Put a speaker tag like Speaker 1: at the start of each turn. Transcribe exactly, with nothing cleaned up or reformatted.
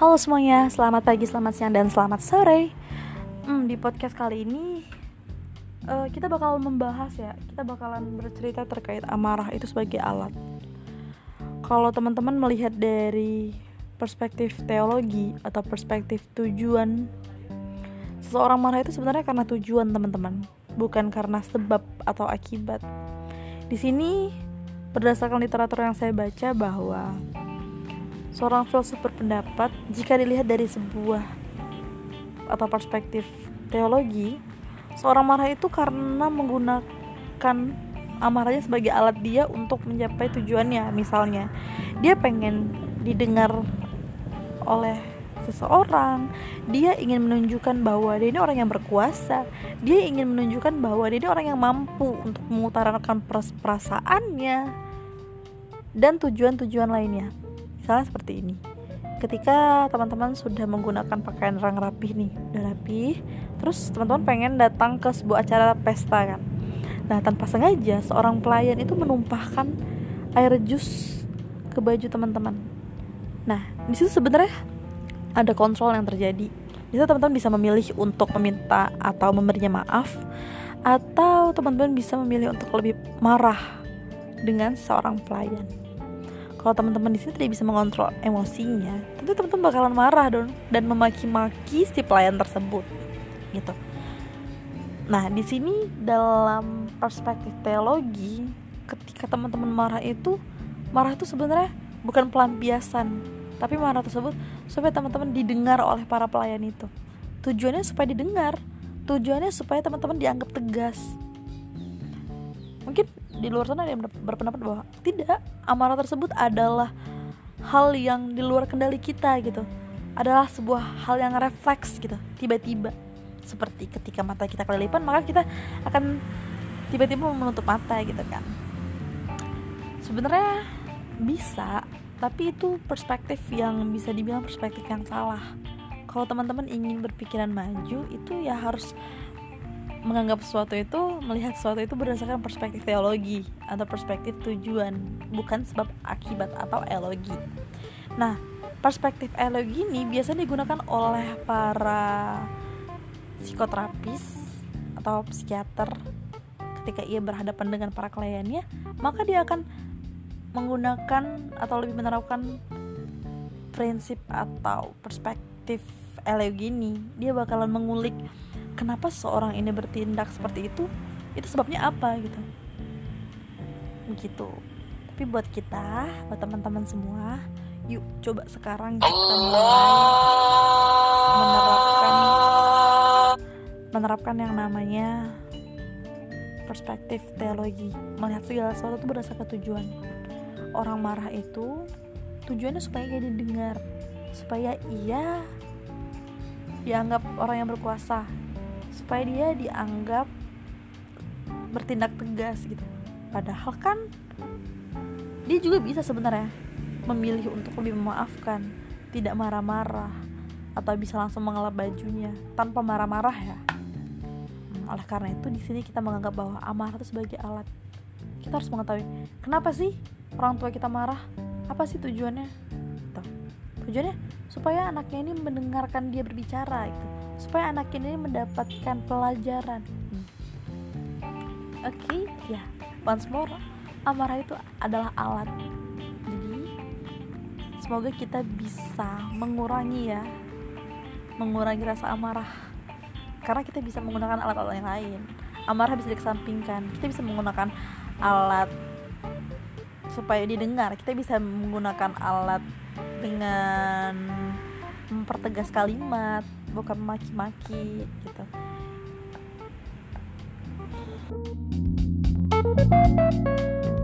Speaker 1: Halo semuanya, selamat pagi, selamat siang, dan selamat sore. hmm, Di podcast kali ini uh, kita bakal membahas ya Kita bakalan bercerita terkait amarah itu sebagai alat. Kalau teman-teman melihat dari perspektif teologi atau perspektif tujuan, seseorang marah itu sebenarnya karena tujuan teman-teman, bukan karena sebab atau akibat. Di sini berdasarkan literatur yang saya baca bahwa seorang filsuf berpendapat jika dilihat dari sebuah atau perspektif teologi, seorang marah itu karena menggunakan amarahnya sebagai alat dia untuk mencapai tujuannya. Misalnya, dia pengen didengar oleh seseorang, dia ingin menunjukkan bahwa dia ini orang yang berkuasa, dia ingin menunjukkan bahwa dia ini orang yang mampu untuk mengutarakan perasaannya dan tujuan-tujuan lainnya. Misalnya seperti ini, ketika teman-teman sudah menggunakan pakaian yang rapih nih, udah rapih, terus teman-teman pengen datang ke sebuah acara pesta kan. Nah, tanpa sengaja seorang pelayan itu menumpahkan air jus ke baju teman-teman. Nah, di situ sebenarnya ada kontrol yang terjadi. Di situ teman-teman bisa memilih untuk meminta atau memberinya maaf, atau teman-teman bisa memilih untuk lebih marah dengan seorang pelayan. Kalau teman-teman di sini tidak bisa mengontrol emosinya, tentu teman-teman bakalan marah dong dan memaki-maki si pelayan tersebut, gitu. Nah, di sini dalam perspektif teologi, ketika teman-teman marah itu, marah itu sebenarnya bukan pelampiasan, tapi marah tersebut supaya teman-teman didengar oleh para pelayan itu. Tujuannya supaya didengar, tujuannya supaya teman-teman dianggap tegas. Mungkin di luar sana ada yang berpendapat bahwa tidak, amarah tersebut adalah hal yang di luar kendali kita gitu, adalah sebuah hal yang refleks gitu, tiba-tiba. Seperti ketika mata kita kelilipan, maka kita akan tiba-tiba menutup mata gitu kan. Sebenarnya bisa, tapi itu perspektif yang bisa dibilang perspektif yang salah. Kalau teman-teman ingin berpikiran maju, itu ya harus menganggap sesuatu itu, melihat sesuatu itu berdasarkan perspektif teologi atau perspektif tujuan, bukan sebab akibat atau elogi. Nah, perspektif elogi ini biasanya digunakan oleh para psikoterapis atau psikiater ketika ia berhadapan dengan para kliennya, maka dia akan menggunakan atau lebih menerapkan prinsip atau perspektif elogi ini. Dia bakalan mengulik kenapa seorang ini bertindak seperti itu, itu sebabnya apa gitu. Begitu. Tapi buat kita, buat teman-teman semua, yuk coba sekarang kita mulai menerapkan menerapkan yang namanya perspektif teologi, melihat segala sesuatu itu berdasarkan tujuan. Orang marah itu tujuannya supaya ia didengar, supaya ia dianggap orang yang berkuasa, supaya dia dianggap bertindak tegas gitu. Padahal kan dia juga bisa sebenarnya memilih untuk lebih memaafkan, tidak marah-marah, atau bisa langsung mengelap bajunya tanpa marah-marah ya. Hmm, oleh karena itu di sini kita menganggap bahwa amarah itu sebagai alat. Kita harus mengetahui kenapa sih orang tua kita marah, apa sih tujuannya? Tuh. Tujuannya supaya anaknya ini mendengarkan dia berbicara gitu, supaya anak ini mendapatkan pelajaran. hmm. Oke, okay, ya, once more, amarah itu adalah alat. Jadi semoga kita bisa mengurangi ya, mengurangi rasa amarah, karena kita bisa menggunakan alat-alat yang lain. Amarah bisa dikesampingkan, kita bisa menggunakan alat supaya didengar, kita bisa menggunakan alat dengan mempertegas kalimat, bukan maki-maki gitu.